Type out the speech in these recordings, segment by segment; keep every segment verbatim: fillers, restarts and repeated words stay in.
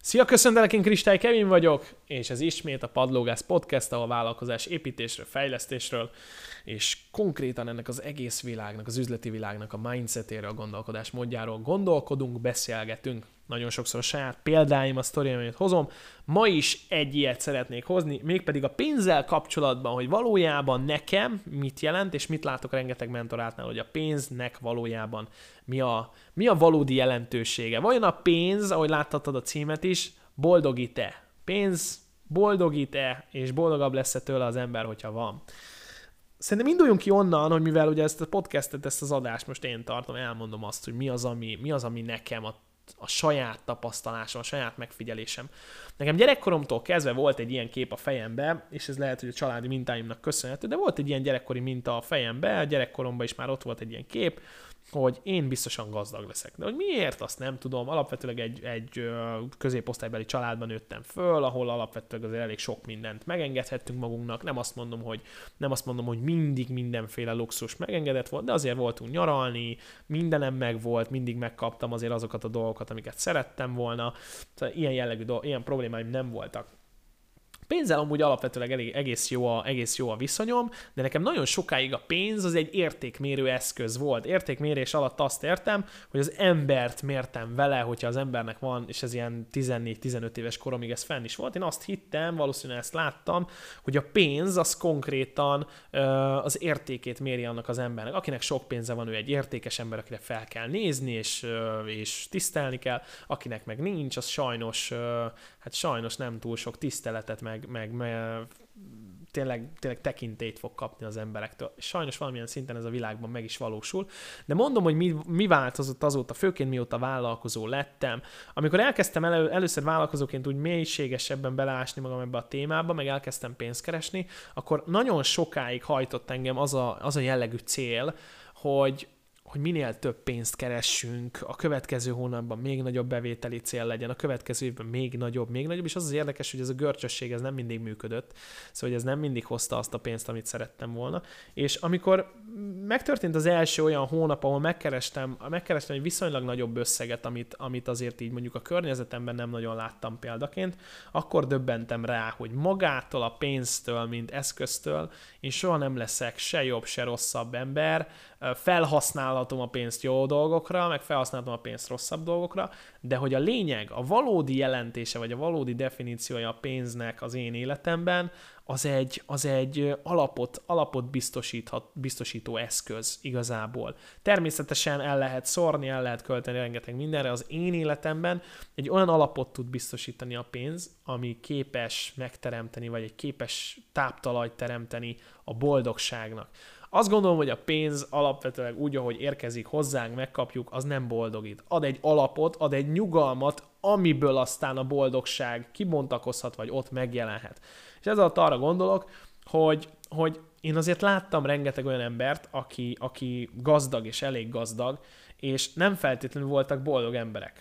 Szia, köszöntelek, én Kristály Kevin vagyok, és ez ismét a Padlógász Podcast, ahol vállalkozás építésről, fejlesztésről, és konkrétan ennek az egész világnak, az üzleti világnak a mindsetéről, a gondolkodás módjáról gondolkodunk, beszélgetünk. Nagyon sokszor a saját példáim, a sztoriaimat hozom. Ma is egy ilyet szeretnék hozni, mégpedig a pénzzel kapcsolatban, hogy valójában nekem mit jelent, és mit látok rengeteg mentorátnál, hogy a pénznek valójában mi a, mi a valódi jelentősége. Vajon a pénz, ahogy láttattad a címet is, boldogít-e? Pénz boldogít-e, és boldogabb lesz-e tőle az ember, hogyha van? Szerintem induljunk ki onnan, hogy mivel ugye ezt a podcastet, ezt az adást most én tartom, elmondom azt, hogy mi az, ami, mi az, ami nekem a a saját tapasztalásom, a saját megfigyelésem. Nekem gyerekkoromtól kezdve volt egy ilyen kép a fejembe, és ez lehet, hogy a családi mintáimnak köszönhető, de volt egy ilyen gyerekkori minta a fejembe, a gyerekkoromban is már ott volt egy ilyen kép, hogy én biztosan gazdag leszek. De hogy miért, azt nem tudom. Alapvetőleg egy, egy középosztálybeli családban nőttem föl, ahol alapvetőleg azért elég sok mindent megengedhettünk magunknak. Nem azt mondom, hogy, nem azt mondom, hogy mindig mindenféle luxus megengedett volt, de azért voltunk nyaralni, mindenem meg volt, mindig megkaptam azért azokat a dolgokat, amiket szerettem volna. Tehát ilyen jellegű dolgok, ilyen problémáim nem voltak. Pénzzel amúgy alapvetőleg elég, egész, jó a, egész jó a viszonyom, de nekem nagyon sokáig a pénz az egy értékmérő eszköz volt. Értékmérés alatt azt értem, hogy az embert mértem vele, hogyha az embernek van, és ez ilyen tizennégy-tizenöt éves koromig ez fenn is volt. Én azt hittem, valószínűleg ezt láttam, hogy a pénz az konkrétan ö, az értékét méri annak az embernek. Akinek sok pénze van, ő egy értékes ember, akire fel kell nézni, és, ö, és tisztelni kell. Akinek meg nincs, az sajnos, ö, hát sajnos nem túl sok tiszteletet meg Meg, meg, meg tényleg, tényleg tekintélyt fog kapni az emberektől. Sajnos valamilyen szinten ez a világban meg is valósul. De mondom, hogy mi, mi változott azóta, főként mióta vállalkozó lettem. Amikor elkezdtem elő, először vállalkozóként úgy mélységesebben beleásni magam ebbe a témába, meg elkezdtem pénzt keresni, akkor nagyon sokáig hajtott engem az a, az a jellegű cél, hogy hogy minél több pénzt keressünk, a következő hónapban még nagyobb bevételi cél legyen, a következő évben még nagyobb, még nagyobb, és az az érdekes, hogy ez a görcsösség ez nem mindig működött, szóval hogy ez nem mindig hozta azt a pénzt, amit szerettem volna. És amikor megtörtént az első olyan hónap, ahol megkerestem, megkerestem egy viszonylag nagyobb összeget, amit, amit azért így mondjuk a környezetemben nem nagyon láttam példaként, akkor döbbentem rá, hogy magától a pénztől, mint eszköztől én soha nem leszek se jobb, se rosszabb ember, felhasználhatom a pénzt jó dolgokra, meg felhasználhatom a pénzt rosszabb dolgokra, de hogy a lényeg, a valódi jelentése, vagy a valódi definíciója a pénznek az én életemben, az egy, az egy alapot, alapot biztosíthat, biztosító eszköz igazából. Természetesen el lehet szórni, el lehet költeni rengeteg mindenre, az én életemben egy olyan alapot tud biztosítani a pénz, ami képes megteremteni, vagy egy képes táptalajt teremteni a boldogságnak. Azt gondolom, hogy a pénz alapvetően úgy, ahogy érkezik hozzánk, megkapjuk, az nem boldogít. Ad egy alapot, ad egy nyugalmat, amiből aztán a boldogság kibontakozhat, vagy ott megjelenhet. És ez alatt arra gondolok, hogy, hogy én azért láttam rengeteg olyan embert, aki, aki gazdag és elég gazdag, és nem feltétlenül voltak boldog emberek.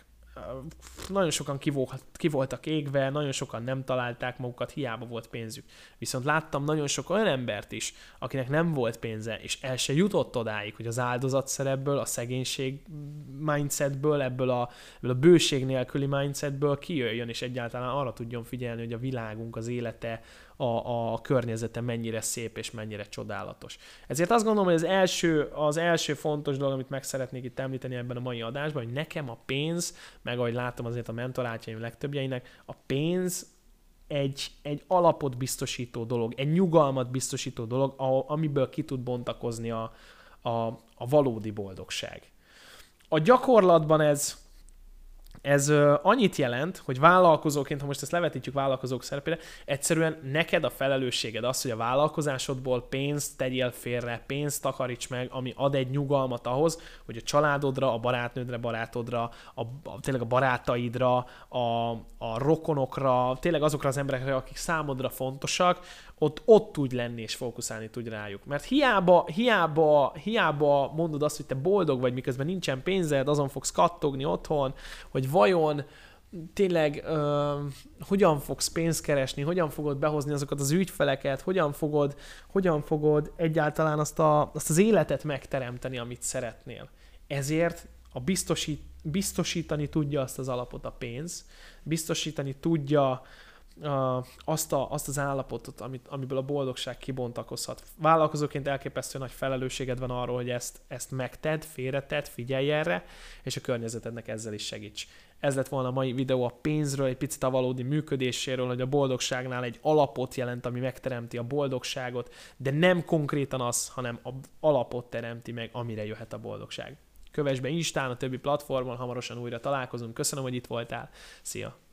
Nagyon sokan ki voltak égve, nagyon sokan nem találták magukat, hiába volt pénzük. Viszont láttam nagyon sok olyan embert is, akinek nem volt pénze, és el se jutott odáig, hogy az áldozatszerepből, a szegénység mindsetből, ebből a, ebből a bőség nélküli mindsetből kijöjjön, és egyáltalán arra tudjon figyelni, hogy a világunk, az élete, a, a környezete mennyire szép és mennyire csodálatos. Ezért azt gondolom, hogy az első, az első fontos dolog, amit meg szeretnék itt említeni ebben a mai adásban, hogy nekem a pénz, meg ahogy látom azért a mentorátjaim legtöbbjeinek, a pénz egy, egy alapot biztosító dolog, egy nyugalmat biztosító dolog, amiből ki tud bontakozni a, a, a valódi boldogság. A gyakorlatban ez Ez ö, annyit jelent, hogy vállalkozóként, ha most ezt levetítjük vállalkozók szerepére, egyszerűen neked a felelősséged az, hogy a vállalkozásodból pénzt tegyél félre, pénzt takaríts meg, ami ad egy nyugalmat ahhoz, hogy a családodra, a barátnődre, barátodra, a, a, tényleg a barátaidra, a, a rokonokra, tényleg azokra az emberekre, akik számodra fontosak, ott, ott tudj lenni és fókuszálni tudj rájuk. Mert hiába, hiába, hiába mondod azt, hogy te boldog vagy, miközben nincsen pénzed, azon fogsz kattogni otthon, hogy vajon tényleg uh, hogyan fogsz pénzt keresni, hogyan fogod behozni azokat az ügyfeleket, hogyan fogod, hogyan fogod egyáltalán azt, a, azt az életet megteremteni, amit szeretnél. Ezért a biztosít, biztosítani tudja azt az alapot a pénz, biztosítani tudja Uh, azt, a, azt az állapotot, amit, amiből a boldogság kibontakozhat. Vállalkozóként elképesztő nagy felelősséged van arról, hogy ezt, ezt megted, félreted, figyelj erre, és a környezetednek ezzel is segíts. Ez lett volna a mai videó a pénzről, egy picit a valódi működéséről, hogy a boldogságnál egy alapot jelent, ami megteremti a boldogságot, de nem konkrétan az, hanem az alapot teremti meg, amire jöhet a boldogság. Kövess be Instán, a többi platformon, hamarosan újra találkozunk. Köszönöm, hogy itt voltál. Szia!